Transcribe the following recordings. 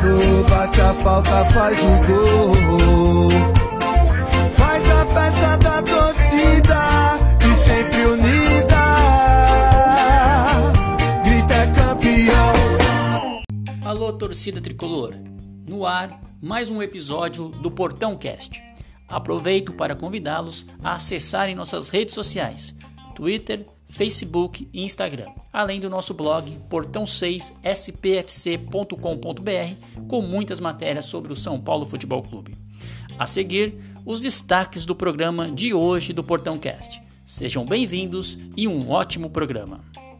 entrou, bate a falta, faz o gol. Faz a festa da torcida e sempre unida. Grita é campeão. Alô, torcida tricolor. No ar, mais um episódio do Portão Cast. Aproveito para convidá-los a acessarem nossas redes sociais, Twitter, Facebook e Instagram, além do nosso blog portão6spfc.com.br, com muitas matérias sobre o São Paulo Futebol Clube. A seguir, os destaques do programa de hoje do Portão Cast. Sejam bem-vindos e um ótimo programa.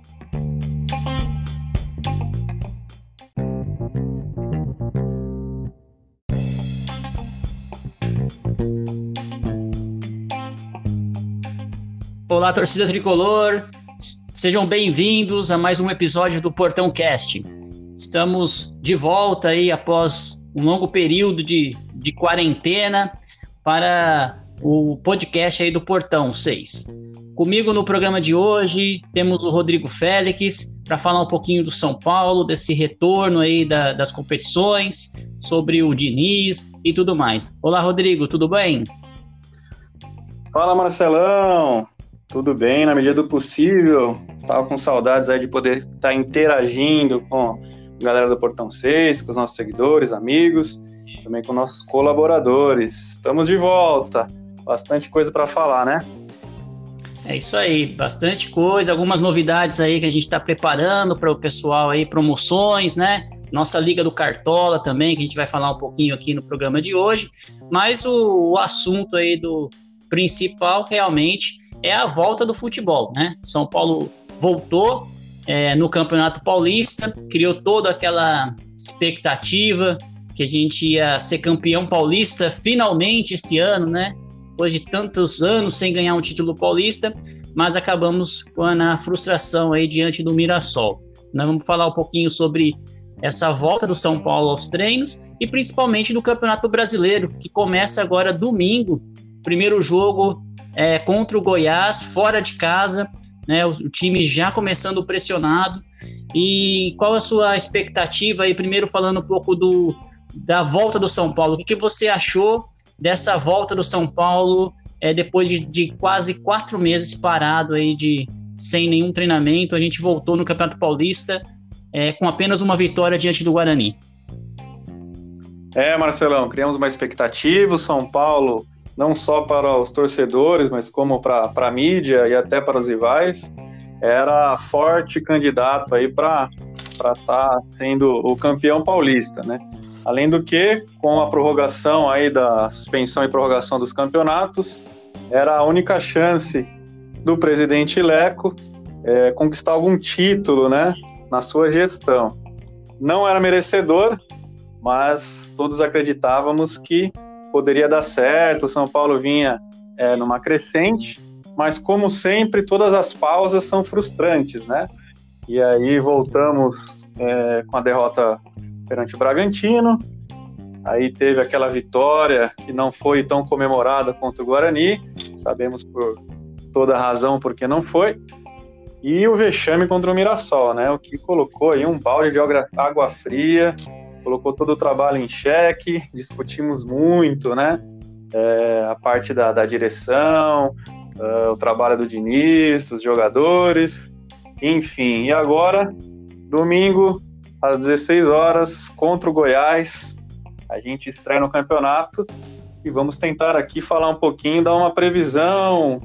Olá, torcida tricolor, sejam bem-vindos a mais um episódio do Portão Cast. Estamos de volta aí após um longo período de quarentena para o podcast aí do Portão 6. Comigo no programa de hoje temos o Rodrigo Félix para falar um pouquinho do São Paulo, desse retorno aí das competições, sobre o Diniz e tudo mais. Olá, Rodrigo, tudo bem? Fala, Marcelão! Tudo bem, na medida do possível. Estava com saudades aí de poder estar interagindo com a galera do Portão 6, com os nossos seguidores, amigos, também com nossos colaboradores. Estamos de volta. Bastante coisa para falar, né? É isso aí, bastante coisa, algumas novidades aí que a gente está preparando para o pessoal aí, promoções, né? Nossa Liga do Cartola também, que a gente vai falar um pouquinho aqui no programa de hoje. Mas o assunto aí do principal realmente é a volta do futebol, né? São Paulo voltou no Campeonato Paulista, criou toda aquela expectativa que a gente ia ser campeão paulista finalmente esse ano, né? Depois de tantos anos sem ganhar um título paulista, mas acabamos na frustração aí diante do Mirassol. Nós vamos falar um pouquinho sobre essa volta do São Paulo aos treinos e principalmente do Campeonato Brasileiro, que começa agora domingo, primeiro jogo contra o Goiás, fora de casa, né, o time já começando pressionado. E qual a sua expectativa aí, primeiro falando um pouco da volta do São Paulo? O que você achou dessa volta do São Paulo depois de quase 4 meses parado aí sem nenhum treinamento? A gente voltou no Campeonato Paulista com apenas uma vitória diante do Guarani. Marcelão, criamos uma expectativa. O São Paulo, não só para os torcedores, mas como para a mídia e até para os rivais, era forte candidato aí para estar sendo o campeão paulista, né? Além do que, com a prorrogação aí da suspensão e prorrogação dos campeonatos, era a única chance do presidente Leco conquistar algum título, né, na sua gestão. Não era merecedor, mas todos acreditávamos que poderia dar certo. O São Paulo vinha numa crescente, mas como sempre, todas as pausas são frustrantes, né? E aí voltamos com a derrota perante o Bragantino, aí teve aquela vitória que não foi tão comemorada contra o Guarani, sabemos por toda a razão porque não foi, e o vexame contra o Mirassol, né? O que colocou aí um balde de água fria, colocou todo o trabalho em xeque, discutimos muito, né? A parte da direção, o trabalho do Diniz, os jogadores, enfim. E agora, domingo, às 16 horas, contra o Goiás, a gente estreia no campeonato e vamos tentar aqui falar um pouquinho, dar uma previsão,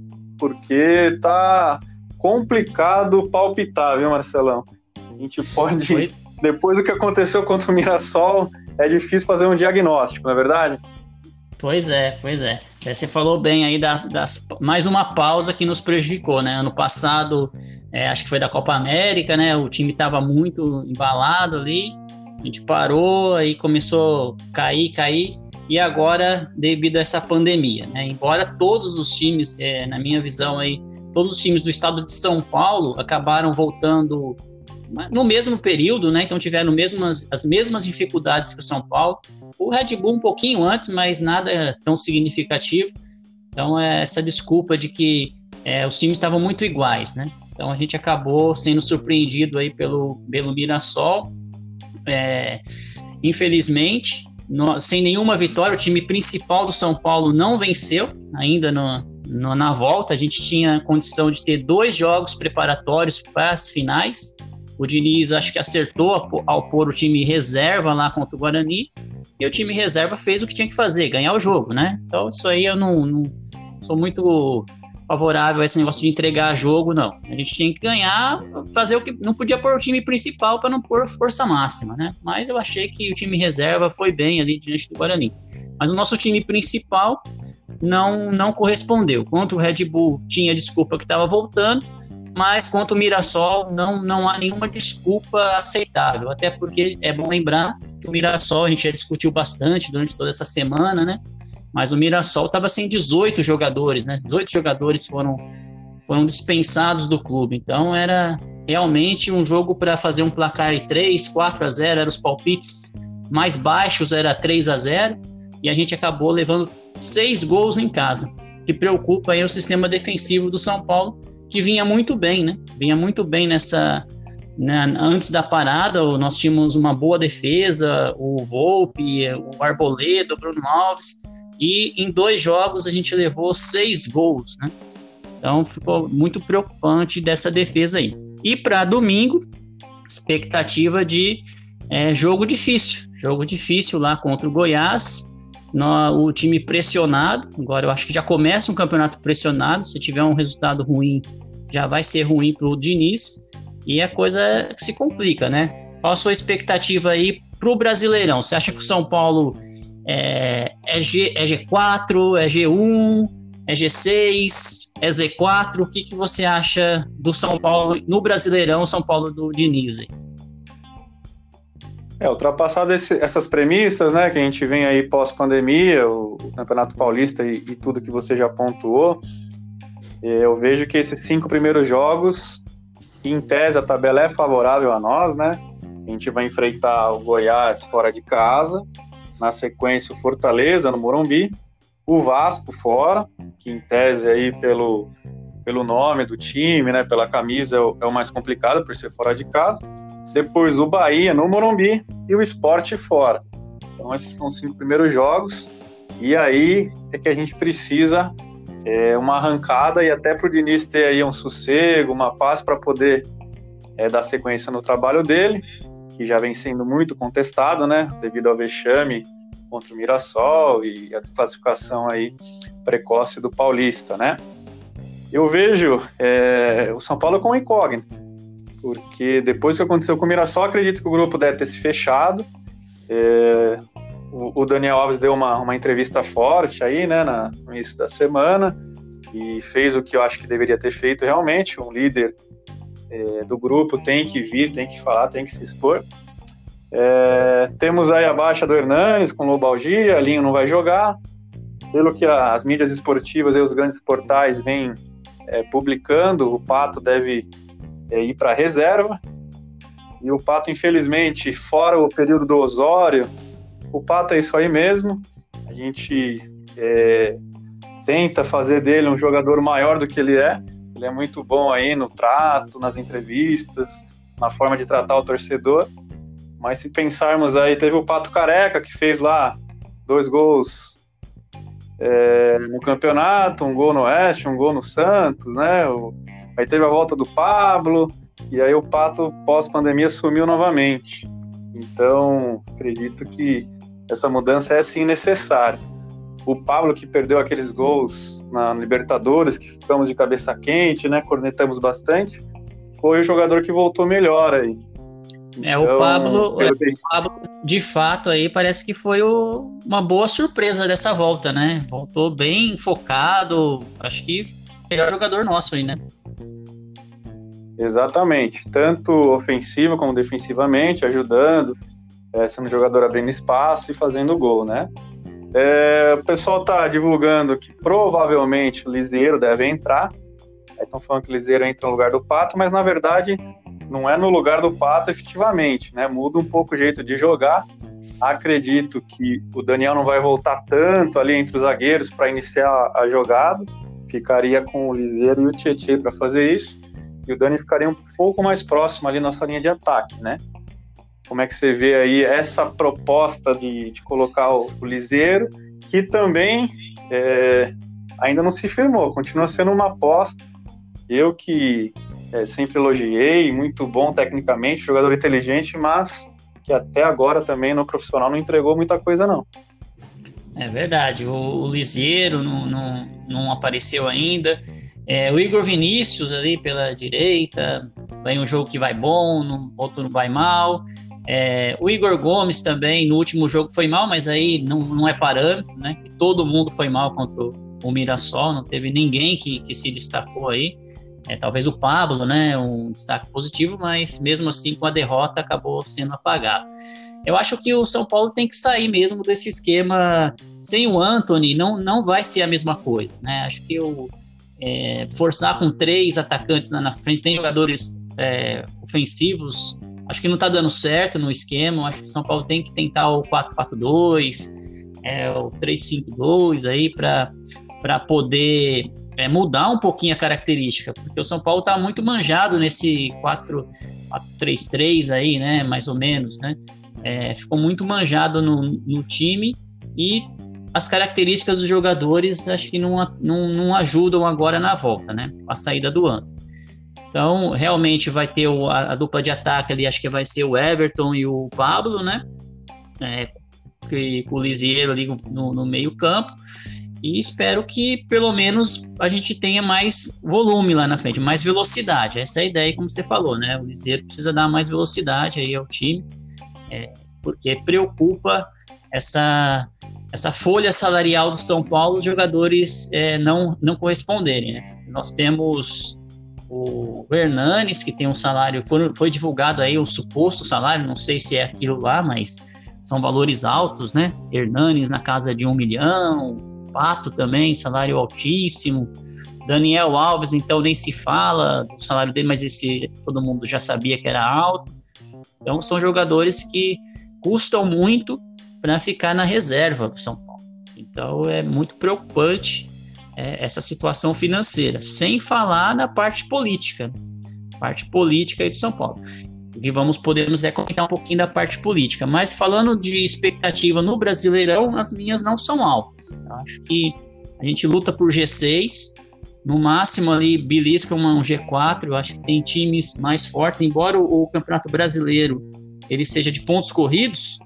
porque tá complicado palpitar, viu, Marcelão? A gente pode... Depois do que aconteceu contra o Mirassol, é difícil fazer um diagnóstico, não é verdade? Pois é. Você falou bem aí mais uma pausa que nos prejudicou, né? Ano passado, acho que foi da Copa América, né? O time estava muito embalado ali, a gente parou, aí começou a cair, e agora, devido a essa pandemia, né? Embora todos os times, na minha visão aí, todos os times do estado de São Paulo acabaram voltando no mesmo período, né? Então tiveram as mesmas dificuldades que o São Paulo. O Red Bull um pouquinho antes, mas nada tão significativo. Então essa desculpa de que os times estavam muito iguais, né? Então a gente acabou sendo surpreendido aí pelo Mirassol. Infelizmente, sem nenhuma vitória, o time principal do São Paulo não venceu ainda na volta. A gente tinha condição de ter 2 jogos preparatórios para as finais. O Diniz acho que acertou ao pôr o time reserva lá contra o Guarani, e o time reserva fez o que tinha que fazer, ganhar o jogo, né? Então isso aí eu não sou muito favorável a esse negócio de entregar jogo, não. A gente tinha que ganhar, fazer o que... Não podia pôr o time principal para não pôr força máxima, né? Mas eu achei que o time reserva foi bem ali diante do Guarani. Mas o nosso time principal não correspondeu. Contra o Red Bull tinha desculpa que estava voltando, mas contra o Mirassol não há nenhuma desculpa aceitável, até porque é bom lembrar que o Mirassol a gente já discutiu bastante durante toda essa semana, né? Mas o Mirassol estava sem 18 jogadores, né? 18 jogadores foram dispensados do clube, então era realmente um jogo para fazer um placar de 3, 4-0, eram os palpites mais baixos, era 3-0, e a gente acabou levando 6 gols em casa, que preocupa aí o sistema defensivo do São Paulo, que vinha muito bem, né? Vinha muito bem antes da parada, nós tínhamos uma boa defesa, o Volpi, o Arboleda, o Bruno Alves, e em 2 jogos a gente levou 6 gols, né? Então ficou muito preocupante dessa defesa aí. E para domingo, expectativa de jogo difícil lá contra o Goiás, o time pressionado. Agora eu acho que já começa um campeonato pressionado, se tiver um resultado ruim, já vai ser ruim para o Diniz, e a coisa se complica, né? Qual a sua expectativa aí para o Brasileirão? Você acha que o São Paulo é G4, é G1, é G6, é Z4? O que você acha do São Paulo no Brasileirão, São Paulo do Diniz? Ultrapassado essas premissas, né, que a gente vem aí pós-pandemia, o Campeonato Paulista e tudo que você já pontuou, eu vejo que esses 5 primeiros jogos, que em tese a tabela é favorável a nós, né? A gente vai enfrentar o Goiás fora de casa, na sequência o Fortaleza no Morumbi, o Vasco fora, que em tese aí pelo nome do time, né, pela camisa é o mais complicado por ser fora de casa. Depois o Bahia no Morumbi e o Sport fora. Então esses são os 5 primeiros jogos, e aí é que a gente precisa uma arrancada, e até para o Diniz ter aí um sossego, uma paz para poder dar sequência no trabalho dele, que já vem sendo muito contestado, né, devido ao vexame contra o Mirassol e a desclassificação aí precoce do Paulista, né. Eu vejo o São Paulo com incógnita, porque depois que aconteceu com o Mirassol, acredito que o grupo deve ter se fechado. O Daniel Alves deu uma entrevista forte aí, né, no início da semana, e fez o que eu acho que deveria ter feito realmente. Um líder do grupo tem que vir, tem que falar, tem que se expor. Temos aí a baixa do Hernanes com lobalgia, Linho não vai jogar. Pelo que as mídias esportivas e os grandes portais vêm publicando, o Pato deve ir para a reserva, e o Pato, infelizmente, fora o período do Osório, o Pato é isso aí mesmo. A gente tenta fazer dele um jogador maior do que ele é muito bom aí no trato, nas entrevistas, na forma de tratar o torcedor, mas se pensarmos aí, teve o Pato Careca, que fez lá 2 gols no campeonato, um gol no Oeste, um gol no Santos, né? Aí teve a volta do Pablo, e aí o Pato, pós-pandemia, sumiu novamente. Então, acredito que essa mudança é sim necessária. O Pablo, que perdeu aqueles gols na Libertadores, que ficamos de cabeça quente, né, cornetamos bastante, foi o jogador que voltou melhor aí. Então, o Pablo, de fato, aí parece que foi uma boa surpresa dessa volta, né? Voltou bem focado, acho que o melhor jogador nosso aí, né? Exatamente, tanto ofensivo como defensivamente, ajudando, sendo jogador abrindo espaço e fazendo gol, né? O pessoal está divulgando que provavelmente o Lisieiro deve entrar. Estão falando que o Lisieiro entra no lugar do Pato, mas na verdade não é no lugar do Pato efetivamente, né? Muda um pouco o jeito de jogar. Acredito que o Daniel não vai voltar tanto ali entre os zagueiros para iniciar a jogada, ficaria com o Lisieiro e o Tietê para fazer isso, e o Dani ficaria um pouco mais próximo ali na nossa linha de ataque, né? como é que você vê aí essa proposta de colocar o Liseiro, que também ainda não se firmou, continua sendo uma aposta. Eu que sempre elogiei, muito bom tecnicamente, jogador inteligente, mas que até agora também no profissional não entregou muita coisa, não. É verdade, o Liseiro não apareceu ainda. O Igor Vinícius ali pela direita, vai um jogo que vai bom, outro não vai mal. O Igor Gomes também, no último jogo foi mal, mas aí não é parâmetro, né? Todo mundo foi mal contra o Mirassol, não teve ninguém que se destacou aí. Talvez o Pablo, né, um destaque positivo, mas mesmo assim com a derrota acabou sendo apagado. Eu acho que o São Paulo tem que sair mesmo desse esquema sem o Antony, não vai ser a mesma coisa, né? Acho que forçar com 3 atacantes na frente, tem jogadores ofensivos, acho que não está dando certo no esquema. Acho que o São Paulo tem que tentar o 4-4-2, o 3-5-2 aí para poder mudar um pouquinho a característica, porque o São Paulo está muito manjado nesse 4-3-3 aí, né, mais ou menos, né? Ficou muito manjado no time, e as características dos jogadores acho que não ajudam agora na volta, né, a saída do ano. Então, realmente vai ter a dupla de ataque ali, acho que vai ser o Everton e o Pablo, né, com o Liseiro ali no meio campo, e espero que pelo menos a gente tenha mais volume lá na frente, mais velocidade. Essa é a ideia, como você falou, né, o Liseiro precisa dar mais velocidade aí ao time, porque preocupa essa folha salarial do São Paulo, os jogadores não corresponderem, né? Nós temos o Hernanes, que tem um salário, foi divulgado aí o suposto salário, não sei se é aquilo lá, mas são valores altos, né? Hernanes na casa de 1 milhão, Pato também, salário altíssimo, Daniel Alves, então nem se fala do salário dele, mas esse todo mundo já sabia que era alto. Então são jogadores que custam muito para ficar na reserva do São Paulo. Então é muito preocupante essa situação financeira, sem falar na parte política aí do São Paulo. Que podemos comentar um pouquinho da parte política, mas falando de expectativa no Brasileirão, as minhas não são altas. Eu acho que a gente luta por G6, no máximo ali belisca um G4. Eu acho que tem times mais fortes, embora o Campeonato Brasileiro ele seja de pontos corridos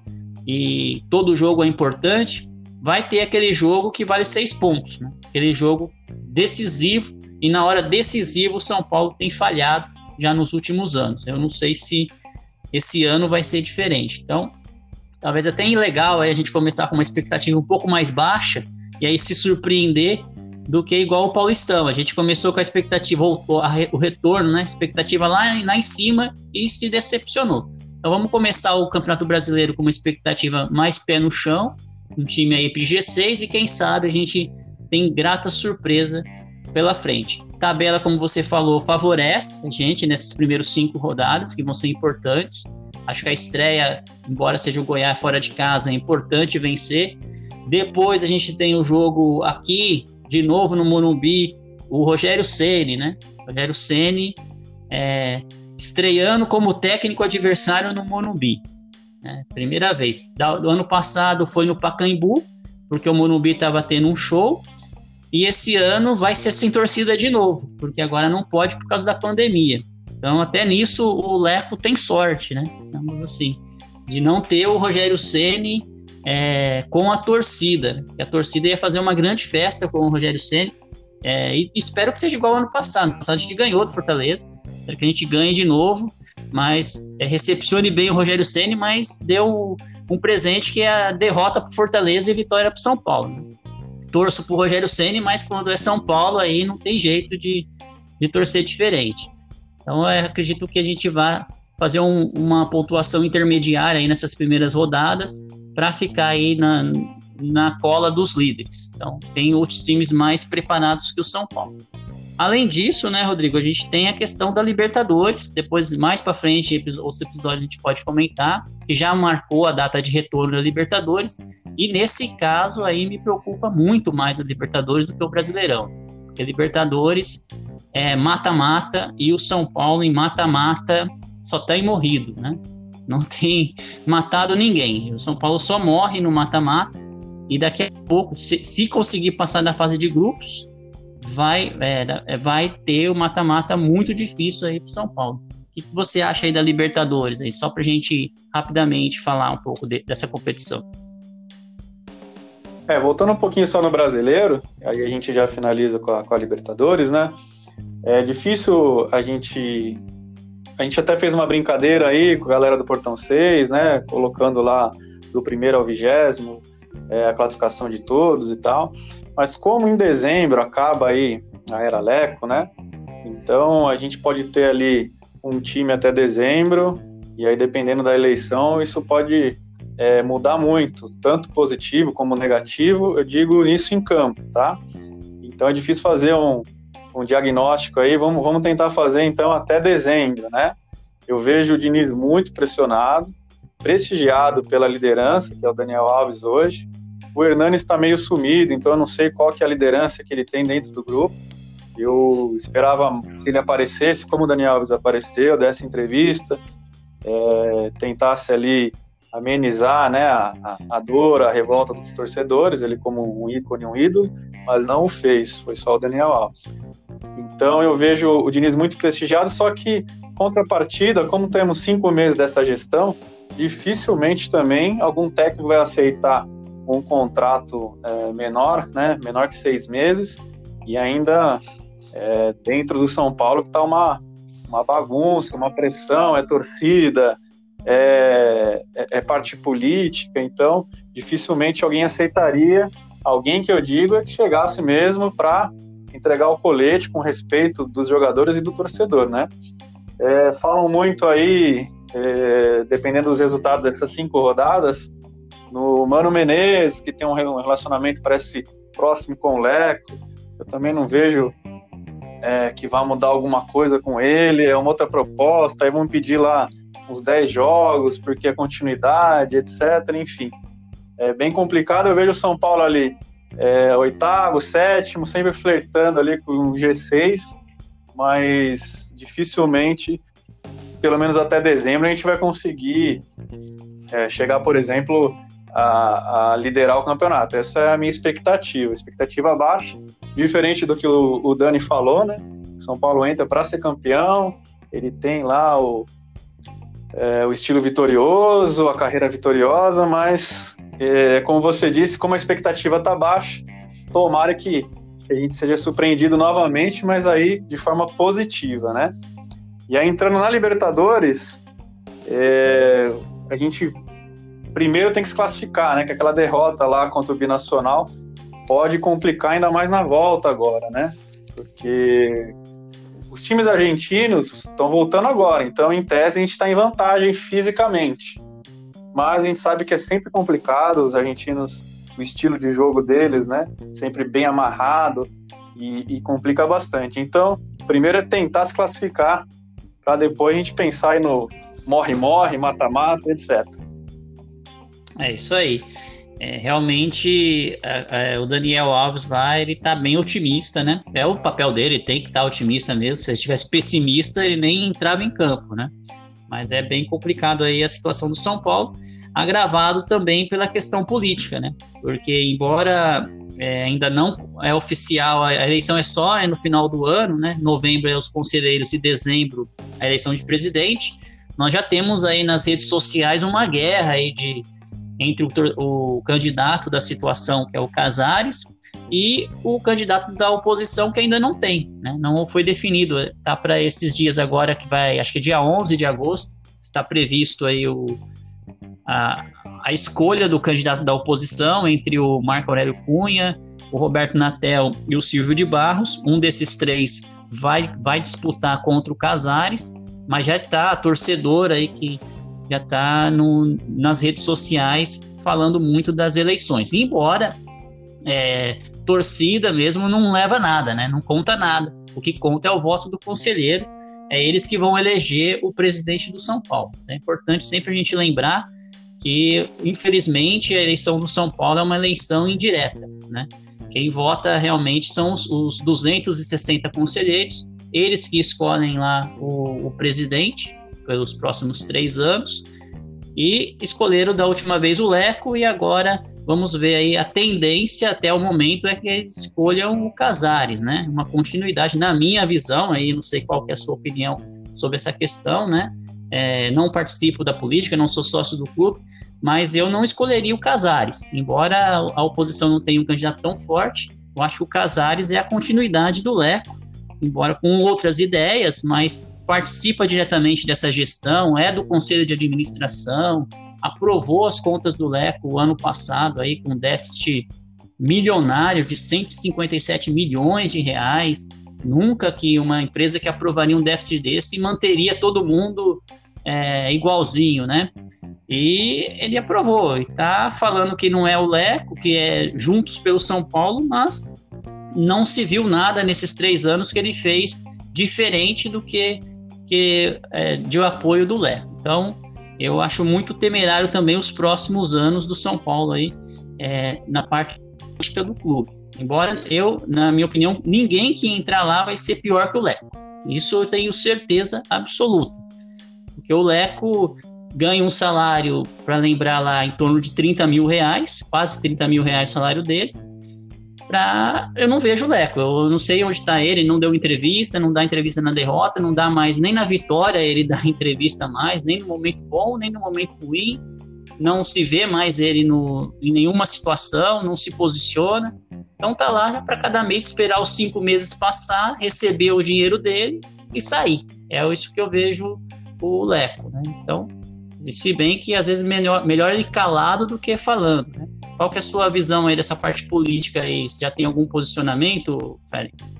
e todo jogo é importante, vai ter aquele jogo que vale 6 pontos, né? Aquele jogo decisivo, e na hora decisiva o São Paulo tem falhado já nos últimos anos. Eu não sei se esse ano vai ser diferente. Então, talvez até legal aí a gente começar com uma expectativa um pouco mais baixa e aí se surpreender do que igual o Paulistão. A gente começou com a expectativa, o retorno, né? Expectativa lá em cima e se decepcionou. Então vamos começar o Campeonato Brasileiro com uma expectativa mais pé no chão, um time aí para G6, e quem sabe a gente tem grata surpresa pela frente. Tabela, como você falou, favorece a gente nessas primeiras 5 rodadas, que vão ser importantes. Acho que a estreia, embora seja o Goiás fora de casa, é importante vencer. Depois a gente tem o jogo aqui, de novo no Morumbi, o Rogério Ceni, né? Rogério Ceni estreando como técnico adversário no Morumbi. Primeira vez. Do ano passado foi no Pacaembu, porque o Morumbi estava tendo um show. E esse ano vai ser sem torcida de novo, porque agora não pode por causa da pandemia. Então, até nisso, o Leco tem sorte, né? Digamos assim, de não ter o Rogério Ceni com a torcida. A torcida ia fazer uma grande festa com o Rogério Ceni. E espero que seja igual ao ano passado. No passado a gente ganhou do Fortaleza. Espero que a gente ganhe de novo, mas recepcione bem o Rogério Ceni, mas deu um presente que é a derrota para o Fortaleza e vitória para o São Paulo, né? Torço pro Rogério Ceni, mas quando é São Paulo aí não tem jeito de torcer diferente. Então eu acredito que a gente vai fazer uma pontuação intermediária aí nessas primeiras rodadas para ficar aí na cola dos líderes. Então tem outros times mais preparados que o São Paulo. Além disso, né, Rodrigo, a gente tem a questão da Libertadores. Depois, mais para frente, outros episódios a gente pode comentar, que já marcou a data de retorno da Libertadores. E nesse caso aí me preocupa muito mais a Libertadores do que o Brasileirão. Porque a Libertadores é mata-mata e o São Paulo em mata-mata só está em morrido, né? não tem matado ninguém. O São Paulo só morre no mata-mata, e daqui a pouco, se conseguir passar da fase de grupos, vai ter o mata-mata muito difícil aí para o São Paulo. O que você acha aí da Libertadores, aí, só para a gente rapidamente falar um pouco dessa competição? Voltando um pouquinho só no brasileiro, aí a gente já finaliza com a Libertadores, né? É difícil a gente até fez uma brincadeira aí com a galera do Portão 6, né? Colocando lá do 1º ao 20º, a classificação de todos e tal. Mas como em dezembro acaba aí a Era Leco, né? Então a gente pode ter ali um time até dezembro, e aí dependendo da eleição, isso pode mudar muito, tanto positivo como negativo, eu digo isso em campo, tá? Então é difícil fazer um diagnóstico aí, vamos tentar fazer então até dezembro, né? Eu vejo o Diniz muito pressionado, prestigiado pela liderança, que é o Daniel Alves hoje. O Hernanes está meio sumido, então eu não sei qual que é a liderança que ele tem dentro do grupo. Eu esperava que ele aparecesse, como o Daniel Alves apareceu, desse entrevista, tentasse ali amenizar, né, a dor, a revolta dos torcedores, ele como um ícone, um ídolo, mas não o fez, foi só o Daniel Alves. Então eu vejo o Diniz muito prestigiado, só que contrapartida, como temos 5 meses dessa gestão, dificilmente também algum técnico vai aceitar um contrato menor, né, menor que 6 meses, e ainda dentro do São Paulo que está uma bagunça, uma pressão, torcida, parte política, então dificilmente alguém aceitaria, alguém que eu digo que chegasse mesmo para entregar o colete com respeito dos jogadores e do torcedor, né? Falam muito aí, dependendo dos resultados dessas 5 rodadas, no Mano Menezes, que tem um relacionamento parece próximo com o Leco. Eu também não vejo que vai mudar alguma coisa com ele, é uma outra proposta, aí vão pedir lá uns 10 jogos, porque é continuidade, etc. Enfim, é bem complicado. Eu vejo o São Paulo ali, 8º, 7º, sempre flertando ali com o G6, mas dificilmente, pelo menos até dezembro, a gente vai conseguir chegar, por exemplo, a liderar o campeonato. Essa é a minha expectativa baixa, diferente do que o Dani falou, né? São Paulo entra para ser campeão, ele tem lá o estilo vitorioso, a carreira vitoriosa, mas como você disse, como a expectativa está baixa, tomara que a gente seja surpreendido novamente, mas aí de forma positiva, né? E aí entrando na Libertadores, a gente primeiro tem que se classificar, né? Que aquela derrota lá contra o Binacional pode complicar ainda mais na volta agora, né? Porque os times argentinos estão voltando agora, então em tese a gente está em vantagem fisicamente. Mas a gente sabe que é sempre complicado, os argentinos, o estilo de jogo deles, né? Sempre bem amarrado e complica bastante. Então, primeiro é tentar se classificar para depois a gente pensar aí no morre-morre, mata-mata, etc. É isso aí. Realmente o Daniel Alves lá, ele tá bem otimista, né? É o papel dele, tem que estar otimista mesmo. Se ele estivesse pessimista, ele nem entrava em campo, né? Mas é bem complicado aí a situação do São Paulo, agravado também pela questão política, né? Porque embora ainda não é oficial, a eleição é só no final do ano, né? Novembro é os conselheiros e dezembro a eleição de presidente. Nós já temos aí nas redes sociais uma guerra aí entre o candidato da situação, que é o Casares, e o candidato da oposição, que ainda não tem, né? Não foi definido, está para esses dias agora, que vai, acho que é dia 11 de agosto, está previsto aí a escolha do candidato da oposição entre o Marco Aurélio Cunha, o Roberto Natel e o Silvio de Barros. Um desses 3 vai disputar contra o Casares, mas já está torcedor aí que já está nas redes sociais falando muito das eleições. Embora torcida mesmo não leva nada, né? Não conta nada. O que conta é o voto do conselheiro. É eles que vão eleger o presidente do São Paulo. É importante sempre a gente lembrar que, infelizmente, a eleição do São Paulo é uma eleição indireta, né? Quem vota realmente são os 260 conselheiros, eles que escolhem lá o presidente pelos próximos 3 anos, E escolheram da última vez o Leco, e agora vamos ver aí a tendência até o momento é que eles escolham o Casares, né? Uma continuidade, na minha visão, aí não sei qual que é a sua opinião sobre essa questão, né? Não participo da política, não sou sócio do clube, mas eu não escolheria o Casares. Embora a oposição não tenha um candidato tão forte, eu acho que o Casares é a continuidade do Leco, embora com outras ideias, mas participa diretamente dessa gestão, é do Conselho de Administração, aprovou as contas do Leco o ano passado, aí, com déficit milionário de 157 milhões de reais. Nunca que uma empresa que aprovaria um déficit desse manteria todo mundo igualzinho, né? E ele aprovou, e tá falando que não é o Leco, que é Juntos pelo São Paulo, mas não se viu nada nesses 3 anos que ele fez diferente do que de apoio do Leco. Então, eu acho muito temerário também os próximos anos do São Paulo aí, na parte política do clube. Embora na minha opinião, ninguém que entrar lá vai ser pior que o Leco. Isso eu tenho certeza absoluta. Porque o Leco ganha um salário, para lembrar lá, em torno de 30 mil reais, quase 30 mil reais o salário dele. Eu não vejo o Leco, eu não sei onde está ele não deu entrevista, não dá entrevista na derrota, não dá mais nem na vitória ele dá entrevista mais, nem no momento bom, nem no momento ruim, não se vê mais ele em nenhuma situação, não se posiciona, então tá lá para cada mês esperar os 5 meses passar, receber o dinheiro dele e sair, é isso que eu vejo o Leco, né? Então, se bem que às vezes melhor ele calado do que falando, né? Qual que é a sua visão aí dessa parte política aí? Você já tem algum posicionamento, Félix?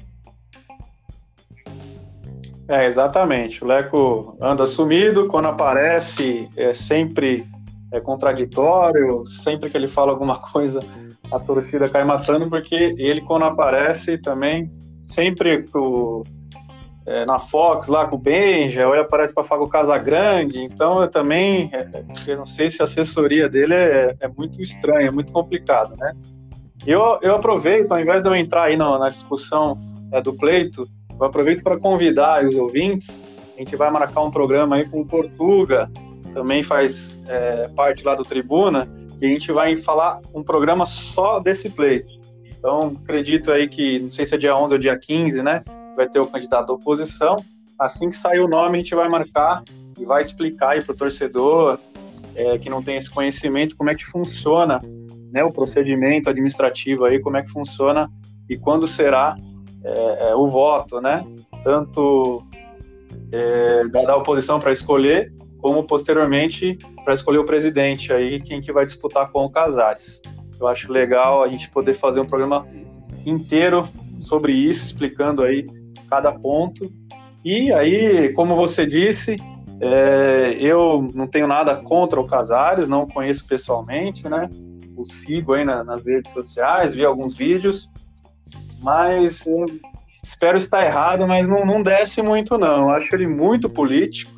Exatamente. O Leco anda sumido, quando aparece sempre contraditório, sempre que ele fala alguma coisa a torcida cai matando, porque ele quando aparece também, sempre na Fox lá com o Benja, ou ele aparece para falar com o Casagrande, então eu também, eu não sei se a assessoria dele é muito estranha, é muito complicado, né? Eu aproveito, ao invés de eu entrar aí na discussão do pleito, eu aproveito para convidar os ouvintes, a gente vai marcar um programa aí com o Portuga, também faz parte lá do Tribuna, e a gente vai falar um programa só desse pleito. Então, acredito aí que, não sei se é dia 11 ou dia 15, né? Vai ter o candidato da oposição. Assim que sair o nome, a gente vai marcar e vai explicar aí para o torcedor que não tem esse conhecimento como é que funciona, né, o procedimento administrativo aí, como é que funciona e quando será o voto, né? Tanto da oposição para escolher, como posteriormente para escolher o presidente aí, quem que vai disputar com o Casares. Eu acho legal a gente poder fazer um programa inteiro sobre isso, explicando aí cada ponto. E aí, como você disse, eu não tenho nada contra o Casares, não o conheço pessoalmente, né? O sigo aí nas redes sociais, vi alguns vídeos, mas espero estar errado, mas não desce muito não. Eu acho ele muito político,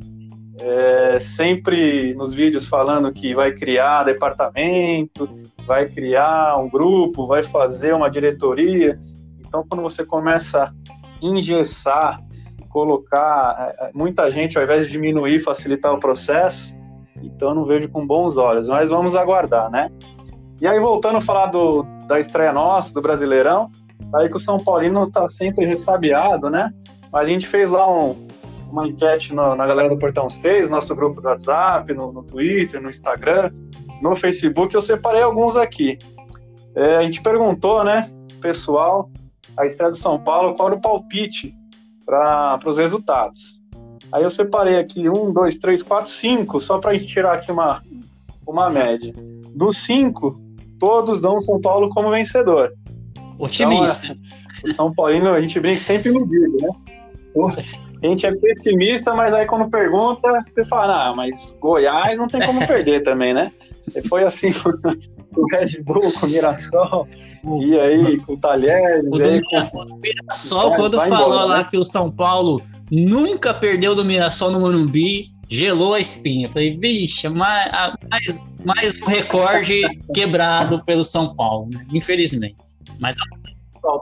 sempre nos vídeos falando que vai criar departamento, vai criar um grupo, vai fazer uma diretoria. Então, quando você começa a engessar, colocar muita gente, ao invés de diminuir, facilitar o processo, então eu não vejo com bons olhos, mas vamos aguardar, né? E aí, voltando a falar da estreia nossa, do Brasileirão, sabe que o São Paulino está sempre ressabiado, né? Mas a gente fez lá uma enquete na galera do Portão 6, nosso grupo do WhatsApp, no Twitter, no Instagram, no Facebook, eu separei alguns aqui. A gente perguntou, né, pessoal, a estreia do São Paulo, qual era o palpite para os resultados. Aí eu separei aqui 1, 2, 3, 4, 5, só para a gente tirar aqui uma média. Dos 5, todos dão o São Paulo como vencedor. Otimista. Então, o São Paulino, a gente brinca sempre iludido, né? A gente é pessimista, mas aí quando pergunta, você fala, mas Goiás não tem como perder também, né? E foi assim com o Red Bull, com o Mirassol, e aí com o Talheres. O Mirassol, quando falou embora, lá, né? Que o São Paulo nunca perdeu do Mirassol no Morumbi, gelou a espinha. Falei, vixe, mais um recorde quebrado pelo São Paulo, né? Infelizmente. Mas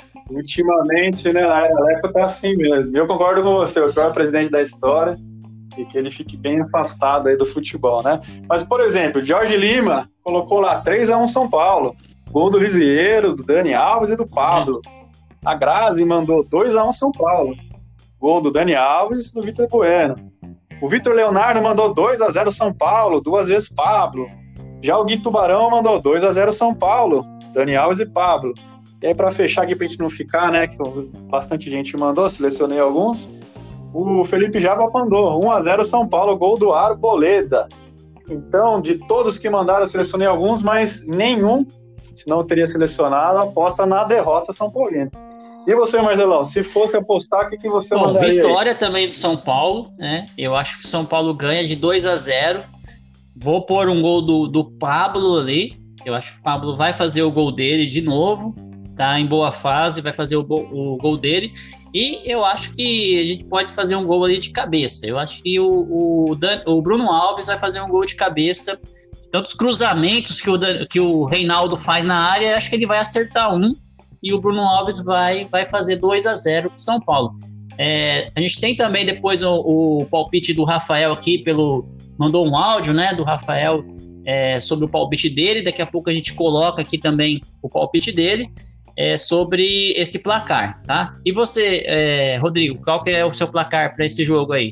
ultimamente, né, a Leco tá assim mesmo. Eu concordo com você, o pior presidente da história. e que ele fique bem afastado aí do futebol, né? Mas, por exemplo, Jorge Lima colocou lá 3-1 São Paulo, gol do Lisieiro, do Dani Alves e do Pablo. A Grazi mandou 2-1 São Paulo, gol do Dani Alves e do Vitor Bueno. O Vitor Leonardo mandou 2-0 São Paulo, 2 vezes Pablo. Já o Gui Tubarão mandou 2-0 São Paulo, Dani Alves e Pablo. E aí, para fechar aqui, pra gente não ficar, né, que bastante gente mandou, selecionei alguns, o Felipe Java mandou 1-0 São Paulo, gol do Arboleda. Então, de todos que mandaram, eu selecionei alguns, mas nenhum, se não teria selecionado, aposta na derrota São Paulino. E você, Marcelão, se fosse apostar, o que você mandaria? Vitória aí? Também do São Paulo, né? Eu acho que o São Paulo ganha de 2-0. Vou pôr um gol do Pablo ali. Eu acho que o Pablo vai fazer o gol dele de novo. Tá em boa fase, vai fazer o gol dele. E eu acho que a gente pode fazer um gol ali de cabeça. Eu acho que o Bruno Alves vai fazer um gol de cabeça. Tantos cruzamentos que o Reinaldo faz na área, acho que ele vai acertar um. E o Bruno Alves vai fazer 2-0 para o São Paulo. A gente tem também depois o palpite do Rafael aqui, mandou um áudio, né, do Rafael sobre o palpite dele. Daqui a pouco a gente coloca aqui também o palpite dele sobre esse placar, tá? E você, Rodrigo, qual que é o seu placar para esse jogo aí?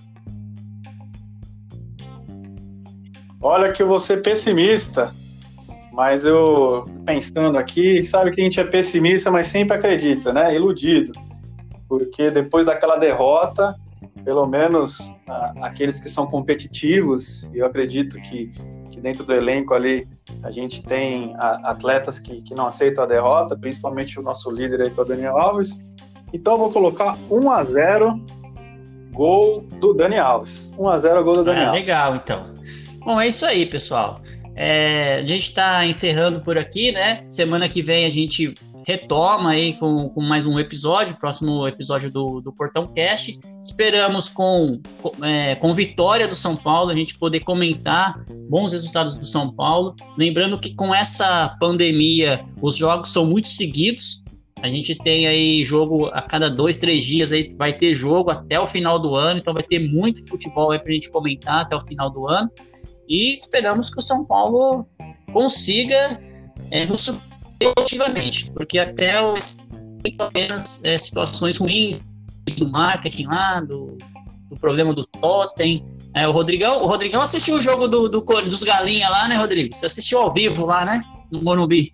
Olha que eu vou ser pessimista, mas eu, pensando aqui, sabe que a gente é pessimista, mas sempre acredita, né? Iludido. Porque depois daquela derrota, pelo menos aqueles que são competitivos, e eu acredito que dentro do elenco ali a gente tem atletas que não aceitam a derrota, principalmente o nosso líder aí, o Daniel Alves. Então eu vou colocar 1-0 gol do Dani Alves. 1-0 gol do Dani Alves. Legal, então. Bom, é isso aí, pessoal. A gente está encerrando por aqui, né? Semana que vem a gente retoma aí com mais um episódio, próximo episódio do Portão Cast. Esperamos com vitória do São Paulo, a gente poder comentar bons resultados do São Paulo. Lembrando que com essa pandemia, os jogos são muito seguidos. A gente tem aí jogo a cada 2-3 dias, aí vai ter jogo até o final do ano, então vai ter muito futebol aí pra gente comentar até o final do ano. E esperamos que o São Paulo consiga nos surpreender positivamente, porque até tem apenas situações ruins do marketing lá, do problema do Totem. O Rodrigão assistiu o jogo dos Galinha lá, né, Rodrigo? Você assistiu ao vivo lá, né? No Morumbi.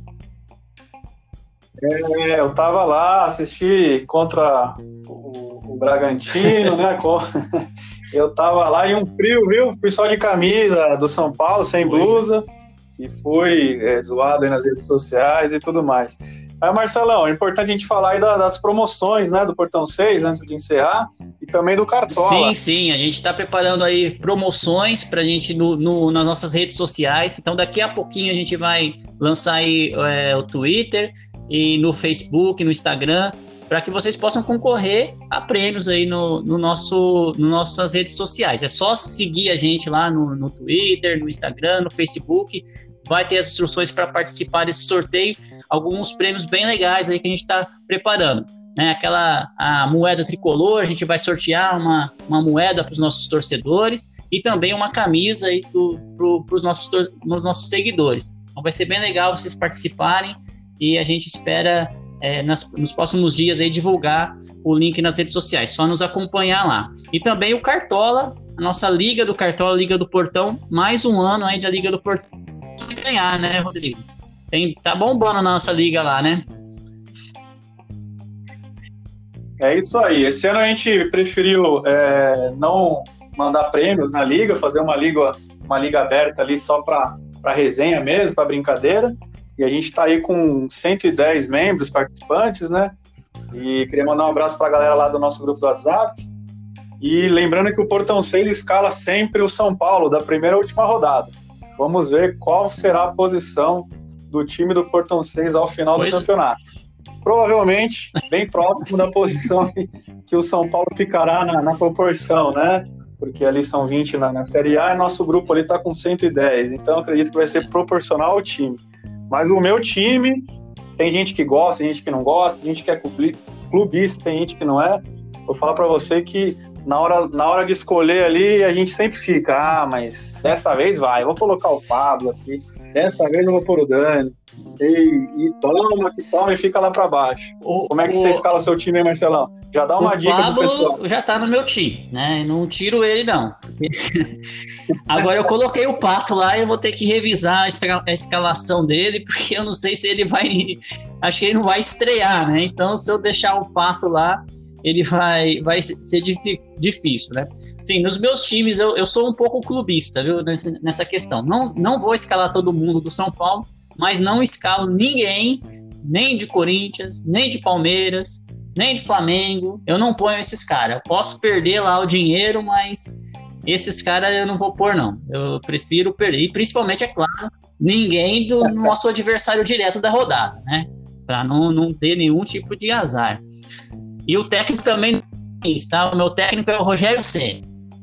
Eu tava lá, assisti contra o Bragantino, né? Eu tava lá em um frio, viu? Fui só de camisa do São Paulo, sem blusa, e fui zoado aí nas redes sociais e tudo mais. Aí, Marcelão, é importante a gente falar aí das promoções, né? Do Portão 6, antes de encerrar, e também do Cartola. Sim, a gente está preparando aí promoções pra gente nas nossas redes sociais, então daqui a pouquinho a gente vai lançar aí o Twitter e no Facebook, no Instagram, para que vocês possam concorrer a prêmios aí no nossas redes sociais. É só seguir a gente lá no Twitter, no Instagram, no Facebook. Vai ter as instruções para participar desse sorteio. Alguns prêmios bem legais aí que a gente está preparando. Né? A moeda tricolor, a gente vai sortear uma moeda para os nossos torcedores e também uma camisa aí para os nossos seguidores. Então vai ser bem legal vocês participarem e a gente espera... nos próximos dias aí divulgar o link nas redes sociais, só nos acompanhar lá. E também o Cartola, a nossa Liga do Cartola, Liga do Portão, mais um ano aí da Liga do Portão vai ganhar, né, Rodrigo? Tá bombando a nossa liga lá, né? É isso aí, esse ano a gente preferiu não mandar prêmios na liga, fazer uma liga aberta ali só para resenha mesmo, para brincadeira. E a gente está aí com 110 membros, participantes, né? E queria mandar um abraço para a galera lá do nosso grupo do WhatsApp. E lembrando que o Portão 6 escala sempre o São Paulo, da primeira à última rodada. Vamos ver qual será a posição do time do Portão 6 ao final do campeonato. Provavelmente bem próximo da posição que o São Paulo ficará na proporção, né? Porque ali são 20 na Série A e nosso grupo ali está com 110. Então acredito que vai ser proporcional ao time. Mas o meu time, tem gente que gosta, tem gente que não gosta, tem gente que é clubista, tem gente que não é. Vou falar para você que na hora de escolher ali, a gente sempre fica, mas dessa vez vai, vou colocar o Pablo aqui, dessa vez eu vou pôr o Dani, e toma, e fica lá pra baixo. Como é que você escala seu time aí, Marcelão? Já dá uma dica pro pessoal. O Pablo já tá no meu time, né? Não tiro ele, não. Agora eu coloquei o Pato lá e eu vou ter que revisar a escalação dele, porque eu não sei se ele vai... Acho que ele não vai estrear, né? Então, se eu deixar o Pato lá, ele vai ser difícil, né? Sim, nos meus times eu sou um pouco clubista, viu? Nessa questão. Não vou escalar todo mundo do São Paulo, mas não escalo ninguém, nem de Corinthians, nem de Palmeiras, nem de Flamengo. Eu não ponho esses caras. Eu posso perder lá o dinheiro, mas esses caras eu não vou pôr, não. Eu prefiro perder. E principalmente, é claro, ninguém do nosso adversário direto da rodada, né? Para não ter nenhum tipo de azar. E o técnico também está. O meu técnico é o Rogério Ceni.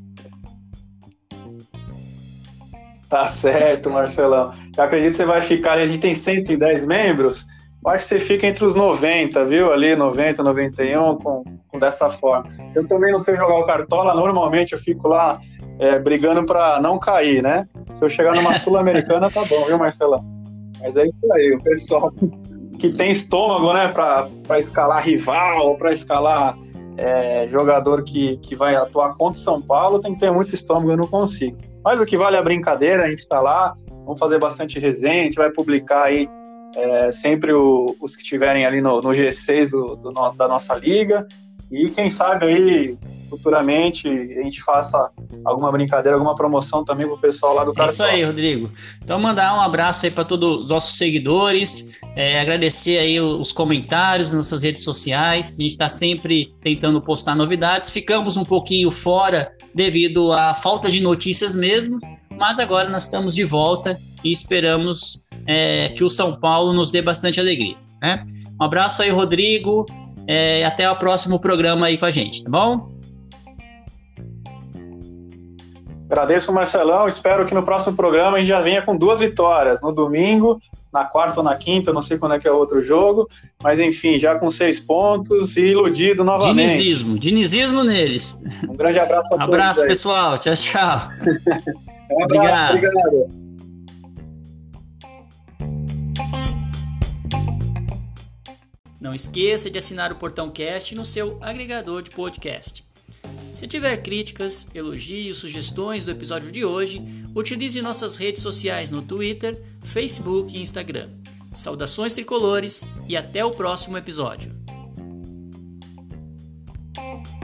Tá certo, Marcelão. Eu acredito que você vai ficar. A gente tem 110 membros. Eu acho que você fica entre os 90, viu? Ali, 90, 91, com dessa forma. Eu também não sei jogar o Cartola. Normalmente eu fico lá brigando para não cair, né? Se eu chegar numa Sul-Americana, tá bom, viu, Marcelão? Mas é isso aí. O pessoal que tem estômago, né, para escalar rival, para escalar jogador que vai atuar contra o São Paulo, tem que ter muito estômago, eu não consigo. Mas o que vale é a brincadeira, a gente está lá, vamos fazer bastante resenha, a gente vai publicar aí sempre os que estiverem ali no G6 da nossa liga, e quem sabe aí futuramente a gente faça alguma brincadeira, alguma promoção também pro pessoal lá do Cartola. É isso aí, Rodrigo. Então mandar um abraço aí para todos os nossos seguidores, agradecer aí os comentários nas nossas redes sociais, a gente está sempre tentando postar novidades, ficamos um pouquinho fora devido à falta de notícias mesmo, mas agora nós estamos de volta e esperamos que o São Paulo nos dê bastante alegria, né? Um abraço aí, Rodrigo, até o próximo programa aí com a gente, tá bom? Agradeço, Marcelão, espero que no próximo programa a gente já venha com 2 vitórias, no domingo, na quarta ou na quinta, eu não sei quando é que é o outro jogo, mas enfim, já com 6 pontos e iludido novamente. Dinizismo neles. Um grande abraço a todos. Abraço, aí, pessoal, tchau. Um abraço, obrigado. Não esqueça de assinar o Portão Cast no seu agregador de podcast. Se tiver críticas, elogios, sugestões do episódio de hoje, utilize nossas redes sociais no Twitter, Facebook e Instagram. Saudações tricolores e até o próximo episódio.